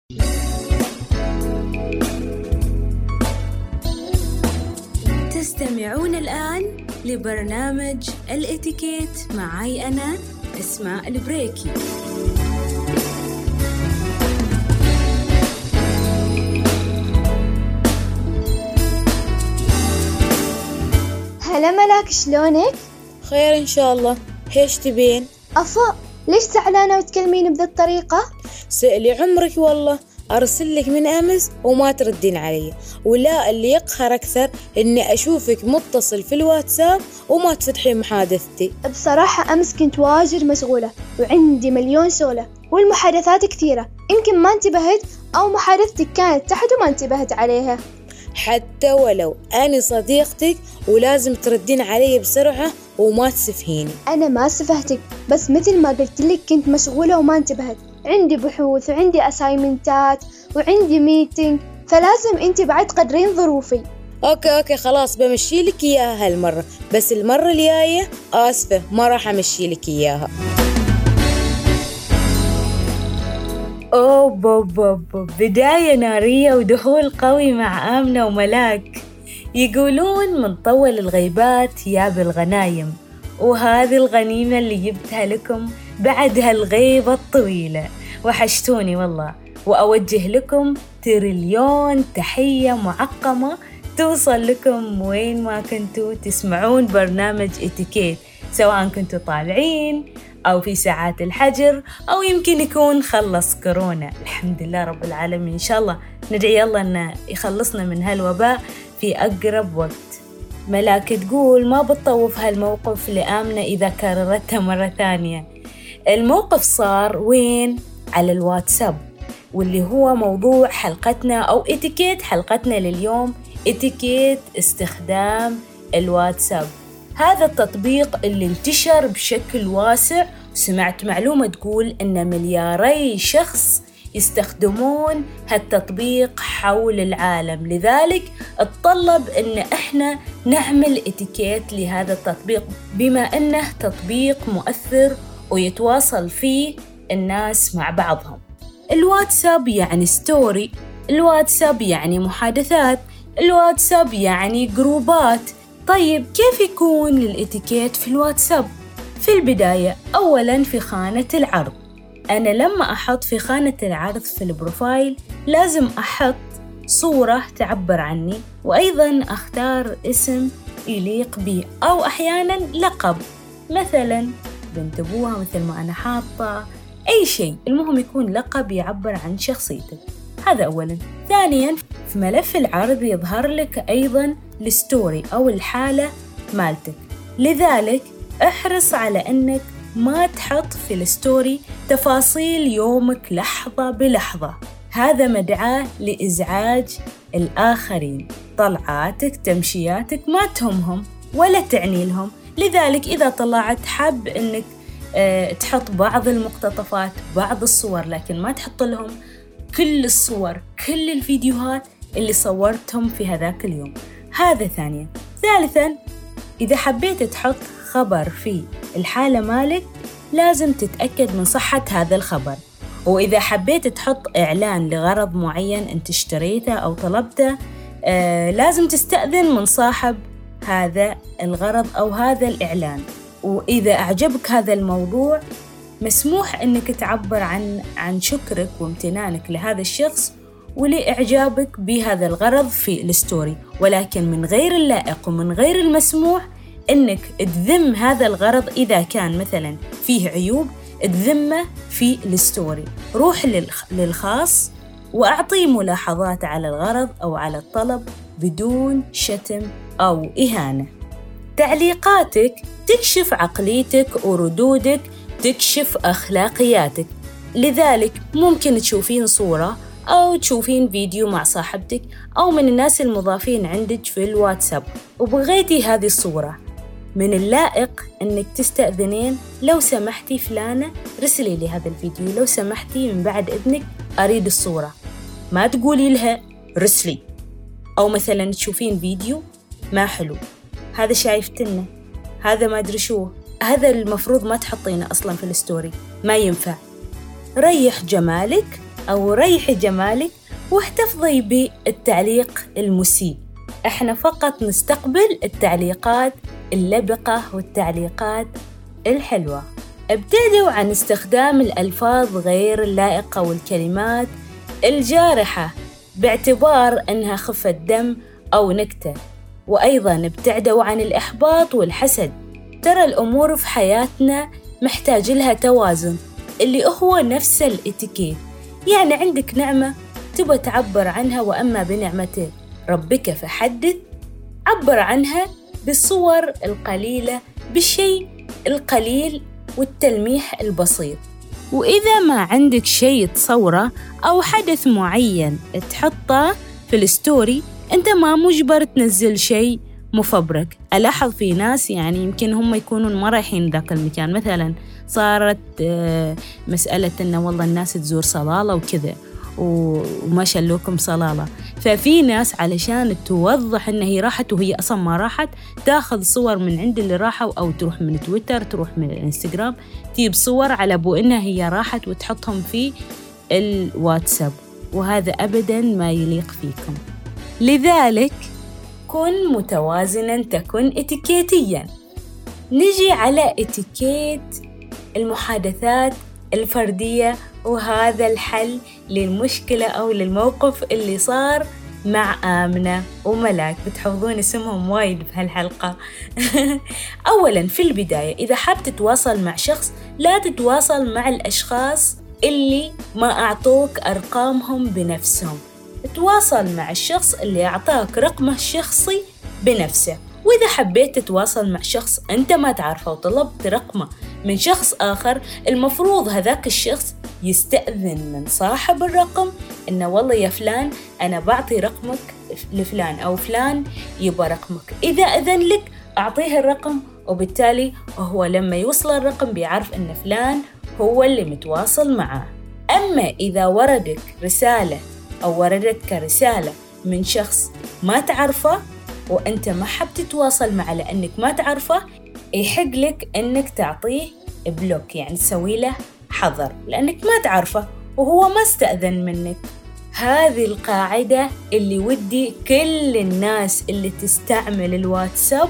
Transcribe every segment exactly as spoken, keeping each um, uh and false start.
تستمعون الآن لبرنامج الإتيكيت معي أنا أسماء البريكي. هلا ملاك، شلونك؟ خير إن شاء الله. هيش تبين؟ أفا، ليش زعلانة وتكلمين بذا الطريقة؟ سألي عمرك والله، أرسل لك من أمس وما تردين علي، ولا اللي يقهر أكثر إني أشوفك متصل في الواتساب وما تفتحين محادثتي. بصراحة أمس كنت واجد مشغولة وعندي مليون سولة والمحادثات كثيرة، يمكن ما انتبهت أو محادثتك كانت تحت وما انتبهت عليها. حتى ولو أنا صديقتك ولازم تردين علي بسرعة وما تسفهيني. أنا ما سفهتك، بس مثل ما قلت لك كنت مشغولة وما انتبهت، عندي بحوث وعندي أسايمنتات وعندي ميتينج، فلازم أنت بعد تقدرين ظروفي. أوكي أوكي خلاص، بمشي لك إياها هالمرة، بس المرة الجاية آسفة ما راح أمشي لك إياها. أوه بوب بوب، بداية نارية ودخول قوي مع آمنة وملاك. يقولون من طول الغيبات يا بالغنايم، وهذه الغنيمة اللي جبتها لكم بعد هالغيبة الطويلة. وحشتوني والله، وأوجه لكم تريليون تحية معقمة توصل لكم وين ما كنتوا تسمعون برنامج إتيكيت، سواء كنتوا طالعين أو في ساعات الحجر، أو يمكن يكون خلص كورونا. الحمد لله رب العالمين، إن شاء الله ندعي الله أنه يخلصنا من هالوباء في أقرب وقت. ملاك تقول ما بتطوف هالموقف لآمنة إذا كررتها مرة ثانية. الموقف صار وين؟ على الواتساب، واللي هو موضوع حلقتنا أو إتيكيت حلقتنا لليوم، إتيكيت استخدام الواتساب. هذا التطبيق اللي انتشر بشكل واسع، سمعت معلومة تقول إن ملياري شخص يستخدمون هالتطبيق حول العالم، لذلك اتطلب إن إحنا نعمل إتيكيت لهذا التطبيق بما إنه تطبيق مؤثر ويتواصل فيه الناس مع بعضهم. الواتساب يعني ستوري، الواتساب يعني محادثات، الواتساب يعني جروبات. طيب كيف يكون الإتيكيت في الواتساب؟ في البداية أولاً في خانة العرض، أنا لما أحط في خانة العرض في البروفايل لازم أحط صورة تعبر عني، وأيضاً أختار اسم يليق بي، أو أحياناً لقب، مثلاً بنت أبوها مثل ما أنا حاطة، أي شيء، المهم يكون لقب يعبر عن شخصيتك. هذا أولاً. ثانياً في ملف العرض يظهر لك أيضاً الستوري أو الحالة مالتك، لذلك احرص على أنك ما تحط في الستوري تفاصيل يومك لحظة بلحظة، هذا مدعاة لإزعاج الآخرين. طلعاتك تمشياتك ما تهمهم ولا تعني لهم، لذلك إذا طلعت حب أنك أه تحط بعض المقتطفات بعض الصور، لكن ما تحط لهم كل الصور كل الفيديوهات اللي صورتهم في هذاك اليوم. هذا ثانيا. ثالثا إذا حبيت تحط خبر في الحالة مالك لازم تتأكد من صحة هذا الخبر، وإذا حبيت تحط إعلان لغرض معين أنت اشتريته أو طلبته آه لازم تستأذن من صاحب هذا الغرض أو هذا الإعلان. وإذا أعجبك هذا الموضوع مسموح أنك تعبر عن عن شكرك وامتنانك لهذا الشخص ولإعجابك بهذا الغرض في الستوري، ولكن من غير اللائق ومن غير المسموح أنك تذم هذا الغرض. إذا كان مثلا فيه عيوب تذمه في الستوري، روح للخاص وأعطيه ملاحظات على الغرض أو على الطلب بدون شتم أو إهانة. تعليقاتك تكشف عقليتك وردودك، تكشف أخلاقياتك، لذلك ممكن تشوفين صورة أو تشوفين فيديو مع صاحبتك أو من الناس المضافين عندك في الواتساب وبغيتي هذه الصورة، من اللائق أنك تستأذنين، لو سمحتي فلانة رسلي لي هذا الفيديو، لو سمحتي من بعد إذنك أريد الصورة، ما تقولي لها رسلي. أو مثلا تشوفين فيديو ما حلو، هذا شايفتنه، هذا ما أدري شو، هذا المفروض ما تحطينه أصلا في الستوري، ما ينفع. ريح جمالك أو ريحي جمالك واحتفظي بالتعليق المسيء. إحنا فقط نستقبل التعليقات اللبقة والتعليقات الحلوة. ابتعدوا عن استخدام الألفاظ غير اللائقة والكلمات الجارحة باعتبار أنها خفة دم أو نكتة. وأيضاً ابتعدوا عن الإحباط والحسد. ترى الأمور في حياتنا محتاج لها توازن اللي هو نفس الاتيكيت. يعني عندك نعمة تبى تعبر عنها، وأما بنعمة ربك فحدث، عبر عنها بالصور القليلة، بالشيء القليل والتلميح البسيط. وإذا ما عندك شيء تصوره أو حدث معين تحطه في الستوري، أنت ما مجبر تنزل شيء مفبرك. ألاحظ في ناس يعني يمكن هم يكونون ما رايحين ذاك المكان، مثلا صارت مسألة إنه والله الناس تزور صلالة وكذا وما شلوكم صلالة، ففي ناس علشان توضح إنها هي راحت وهي أصلا ما راحت تاخذ صور من عند اللي راحوا، أو تروح من تويتر، تروح من الانستغرام، تجيب صور على بو إنها هي راحت وتحطهم في الواتساب، وهذا أبداً ما يليق فيكم. لذلك كن متوازناً، تكن اتيكيتياً. نجي على اتيكيت المحادثات الفردية، وهذا الحل للمشكلة أو للموقف اللي صار مع آمنة وملاك. بتحفظون اسمهم وايد في هالحلقة. أولاً في البداية إذا حاب تتواصل مع شخص، لا تتواصل مع الأشخاص اللي ما أعطوك أرقامهم بنفسهم. تواصل مع الشخص اللي أعطاك رقمه الشخصي بنفسه. وإذا حبيت تتواصل مع شخص أنت ما تعرفه وطلبت رقمه من شخص آخر، المفروض هذاك الشخص يستأذن من صاحب الرقم إنه والله يا فلان أنا بعطي رقمك لفلان، أو فلان يبقى رقمك. إذا أذن لك أعطيه الرقم، وبالتالي هو لما يوصل الرقم بيعرف إن فلان هو اللي متواصل معاه. أما إذا وردك رسالة أو وردتك رسالة من شخص ما تعرفه وأنت ما حاب تتواصل معه لأنك ما تعرفه، يحق لك أنك تعطيه بلوك، يعني تسوي له حظر لأنك ما تعرفه وهو ما استأذن منك. هذه القاعدة اللي ودي كل الناس اللي تستعمل الواتساب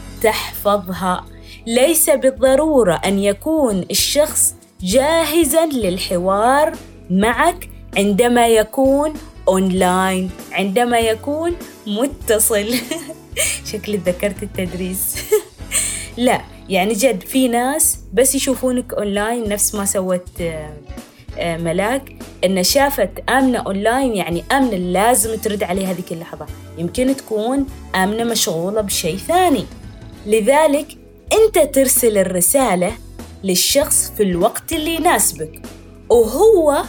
تحفظها. ليس بالضرورة أن يكون الشخص جاهزاً للحوار معك عندما يكون أونلاين، عندما يكون متصل. شكلي ذكرت التدريس. لا يعني جد في ناس بس يشوفونك أونلاين، نفس ما سوت ملاك، إن شافت آمنة أونلاين يعني آمنة لازم ترد عليه هذيك اللحظة. يمكن تكون آمنة مشغولة بشيء ثاني. لذلك أنت ترسل الرسالة للشخص في الوقت اللي يناسبك، وهو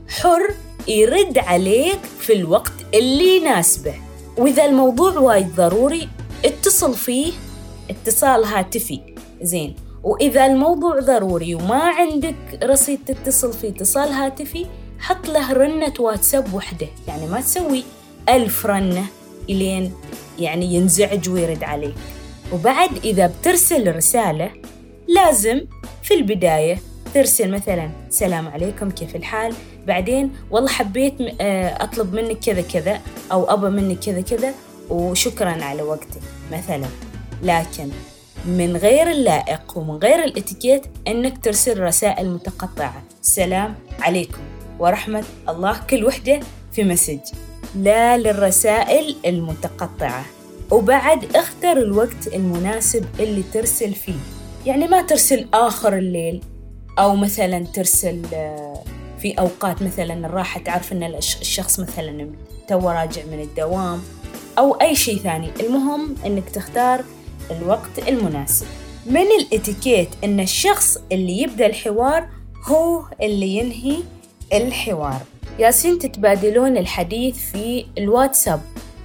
حر يرد عليك في الوقت اللي يناسبه. وإذا الموضوع وايد ضروري اتصل فيه اتصال هاتفي زين. وإذا الموضوع ضروري وما عندك رصيد تتصل فيه اتصال هاتفي، حط له رنة واتساب وحدة، يعني ما تسوي ألف رنة إلين يعني ينزعج ويرد عليك. وبعد إذا بترسل رسالة لازم في البداية ترسل مثلاً سلام عليكم كيف الحال، بعدين والله حبيت أطلب منك كذا كذا، أو أبى منك كذا كذا وشكراً على وقتك مثلاً. لكن من غير اللائق ومن غير الاتيكيت أنك ترسل رسائل متقطعة، السلام عليكم ورحمة الله كل وحدة في مسج، لا للرسائل المتقطعة. وبعد اختر الوقت المناسب اللي ترسل فيه، يعني ما ترسل آخر الليل، أو مثلا ترسل في أوقات مثلا الراحة تعرف أن الشخص مثلا تو راجع من الدوام أو أي شيء ثاني. المهم أنك تختار الوقت المناسب. من الاتيكيت أن الشخص اللي يبدأ الحوار هو اللي ينهي الحوار. ياسين تتبادلون الحديث في الواتساب،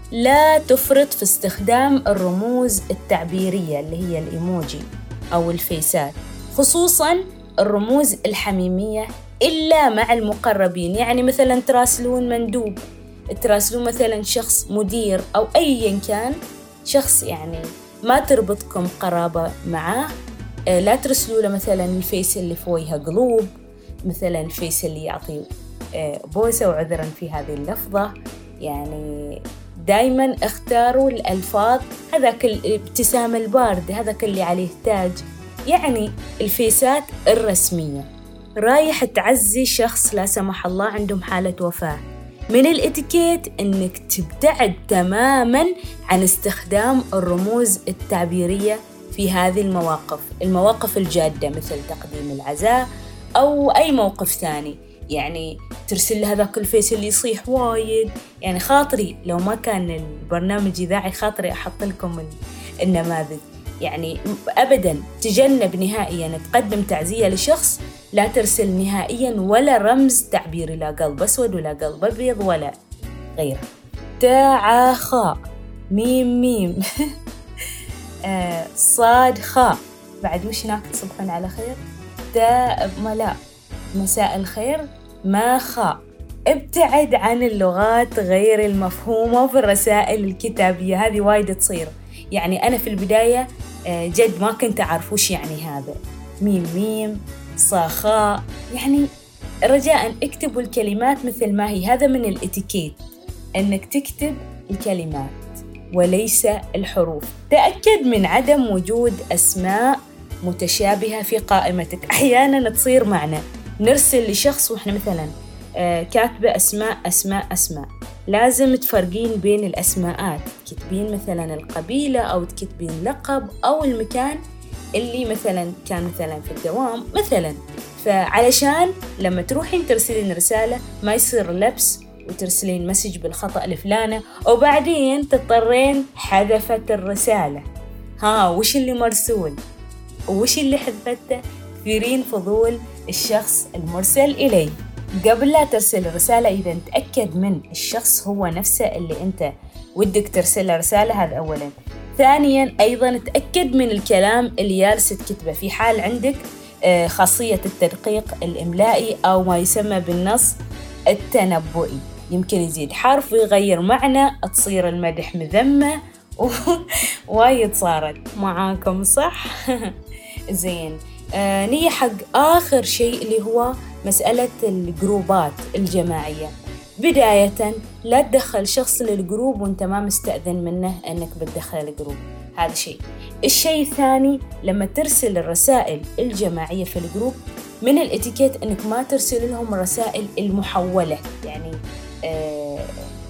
لا تفرط في استخدام الرموز التعبيرية اللي هي الإيموجي أو الفيسات، خصوصاً الرموز الحميمية إلا مع المقربين. يعني مثلاً تراسلون مندوب، تراسلون مثلاً شخص مدير أو أياً كان شخص يعني ما تربطكم قرابة معاه، لا ترسلوا له مثلاً الفيس اللي فويها قلوب، مثلاً الفيس اللي يعطي بوسة، وعذرا في هذه اللفظة. يعني دايما اختاروا الألفاظ، هذاك الابتسام البارد، هذاك اللي عليه تاج، يعني الفيسات الرسمية. رايح تعزي شخص لا سمح الله عندهم حالة وفاة، من الاتيكيت انك تبتعد تماما عن استخدام الرموز التعبيرية في هذه المواقف المواقف الجادة، مثل تقديم العزاء أو أي موقف ثاني. يعني ترسل له هذاك الفيس اللي يصيح وايد، يعني خاطري لو ما كان البرنامج إذاعي خاطري أحط لكم النماذج. يعني أبداً تجنب نهائياً تقدم تعزية لشخص، لا ترسل نهائياً ولا رمز تعبيري، لا قلب أسود ولا قلب أبيض ولا غيره. تاء خاء ميم ميم آه صاد خاء، بعد وش هناك تصبحون على خير، تاء ملا مساء الخير ما خاء. ابتعد عن اللغات غير المفهومة في الرسائل الكتابية، هذه وايد تصير. يعني أنا في البداية جد ما كنت أعرف وش يعني هذا ميم ميم صاخاء. يعني رجاءً اكتبوا الكلمات مثل ما هي، هذا من الاتيكيت أنك تكتب الكلمات وليس الحروف. تأكد من عدم وجود أسماء متشابهة في قائمتك. أحياناً تصير معنا نرسل لشخص وإحنا مثلاً كاتبة أسماء أسماء أسماء، لازم تفرقين بين الأسماءات، تكتبين مثلاً القبيلة أو تكتبين لقب أو المكان اللي مثلاً كان مثلاً في الدوام مثلاً. فعلشان لما تروحين ترسلين رسالة ما يصير لبس وترسلين مسج بالخطأ لفلانة وبعدين تضطرين حذفت الرسالة. ها وش اللي مرسول وش اللي حذفته؟ ثيرين فضول الشخص المرسل إليه. قبل لا ترسل الرسالة إذا تأكد من الشخص هو نفسه اللي أنت ودك ترسل رسالة، هذا أولاً. ثانياً أيضاً تأكد من الكلام اللي جالس تكتبه، في حال عندك خاصية التدقيق الإملائي أو ما يسمى بالنص التنبؤي، يمكن يزيد حرف ويغير معنى، تصير المدح مذمة وايد صارت معاكم صح؟ زين. آه نيجي حق آخر شيء اللي هو مسألة الجروبات الجماعية. بداية لا تدخل شخص للجروب وانت ما مستأذن منه انك بتدخل الجروب، هذا شيء. الشيء الثاني لما ترسل الرسائل الجماعية في الجروب من الاتيكيت انك ما ترسل لهم الرسائل المحولة، يعني آه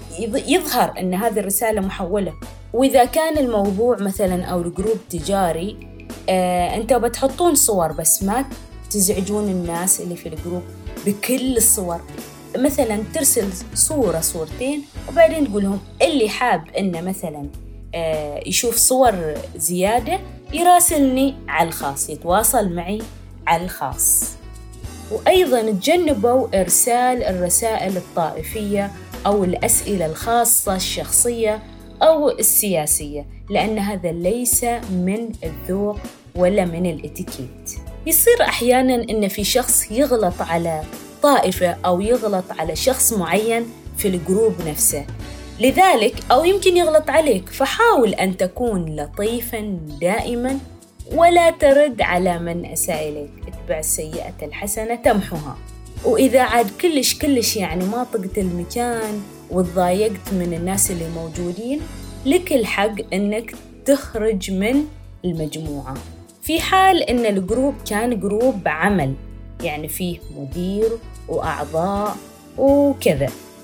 يظهر ان هذه الرسالة محولة. واذا كان الموضوع مثلا او الجروب تجاري آه انت بتحطون صور بس ما تزعجون الناس اللي في الجروب بكل الصور. مثلا ترسل صورة صورتين وبعدين تقول لهم اللي حاب إنه مثلا آه يشوف صور زيادة يراسلني على الخاص، يتواصل معي على الخاص. وأيضا تجنبوا إرسال الرسائل الطائفية أو الأسئلة الخاصة الشخصية أو السياسية، لأن هذا ليس من الذوق ولا من الاتيكيت. يصير أحياناً إن في شخص يغلط على طائفة أو يغلط على شخص معين في الجروب نفسه، لذلك أو يمكن يغلط عليك، فحاول أن تكون لطيفاً دائماً ولا ترد على من أساء إليك. اتبع السيئة الحسنة تمحها. وإذا عاد كلش كلش يعني ما طقت المكان وتضايقت من الناس اللي موجودين، لك الحق إنك تخرج من المجموعة. في حال إن الجروب كان جروب عمل، يعني فيه مدير وأعضاء وكذا،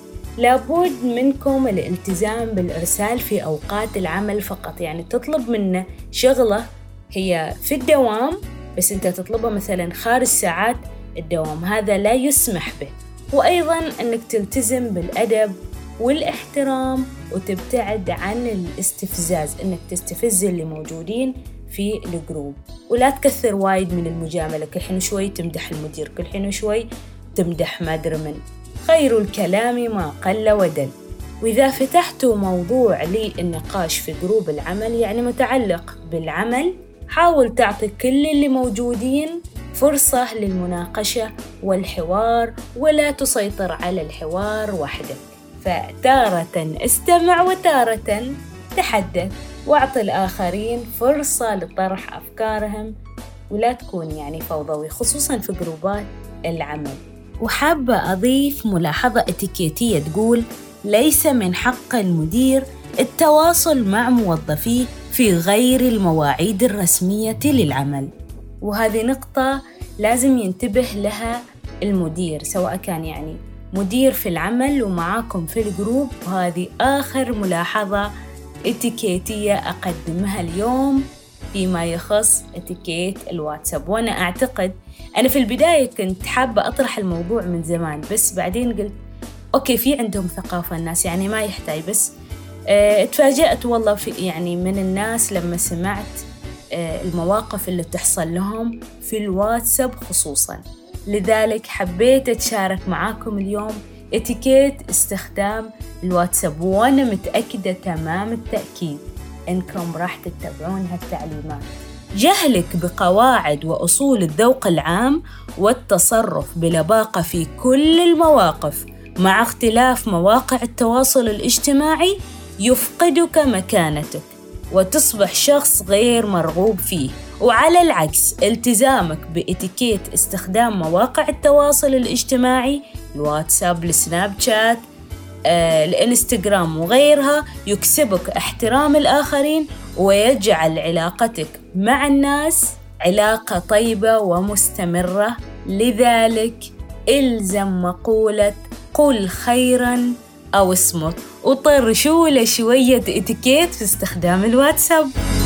لابد منكم الالتزام بالإرسال في أوقات العمل فقط. يعني تطلب منه شغلة هي في الدوام بس أنت تطلبها مثلا خارج ساعات الدوام، هذا لا يسمح به. وأيضا أنك تلتزم بالأدب والاحترام وتبتعد عن الاستفزاز، أنك تستفز اللي موجودين في الجروب. ولا تكثر وايد من المجاملة، كل حين شوي تمدح المدير، كل حين شوي تمدح ما أدري من. خير الكلام ما قل ودل. وإذا فتحتوا موضوع للنقاش في جروب العمل يعني متعلق بالعمل، حاول تعطي كل اللي موجودين فرصة للمناقشة والحوار، ولا تسيطر على الحوار وحدك. فتارة استمع وتارة تحدث، واعطي الآخرين فرصة لطرح أفكارهم، ولا تكون يعني فوضوي خصوصاً في جروبات العمل. وحابة أضيف ملاحظة اتيكيتية تقول: ليس من حق المدير التواصل مع موظفيه في غير المواعيد الرسمية للعمل. وهذه نقطة لازم ينتبه لها المدير، سواء كان يعني مدير في العمل ومعاكم في الجروب. وهذه آخر ملاحظة اتيكيتية أقدمها اليوم فيما يخص اتيكيت الواتساب. وأنا أعتقد أنا في البداية كنت حابة أطرح الموضوع من زمان، بس بعدين قلت أوكي في عندهم ثقافة الناس، يعني ما يحتاج. بس اه اتفاجأت والله في يعني من الناس لما سمعت اه المواقف اللي تحصل لهم في الواتساب خصوصاً. لذلك حبيت أتشارك معاكم اليوم اتيكيت استخدام الواتساب، وأنا متأكدة تمام التأكيد إنكم راح تتبعون هالتعليمات. جهلك بقواعد وأصول الذوق العام والتصرف بلباقة في كل المواقف مع اختلاف مواقع التواصل الاجتماعي يفقدك مكانتك وتصبح شخص غير مرغوب فيه. وعلى العكس، التزامك بإتيكيت استخدام مواقع التواصل الاجتماعي، الواتساب، السناب شات، آه، الانستغرام وغيرها، يكسبك احترام الآخرين ويجعل علاقتك مع الناس علاقة طيبة ومستمرة. لذلك إلزم مقولة قل خيراً أو اصمت، وطر شو لشوية اتيكيت في استخدام الواتساب.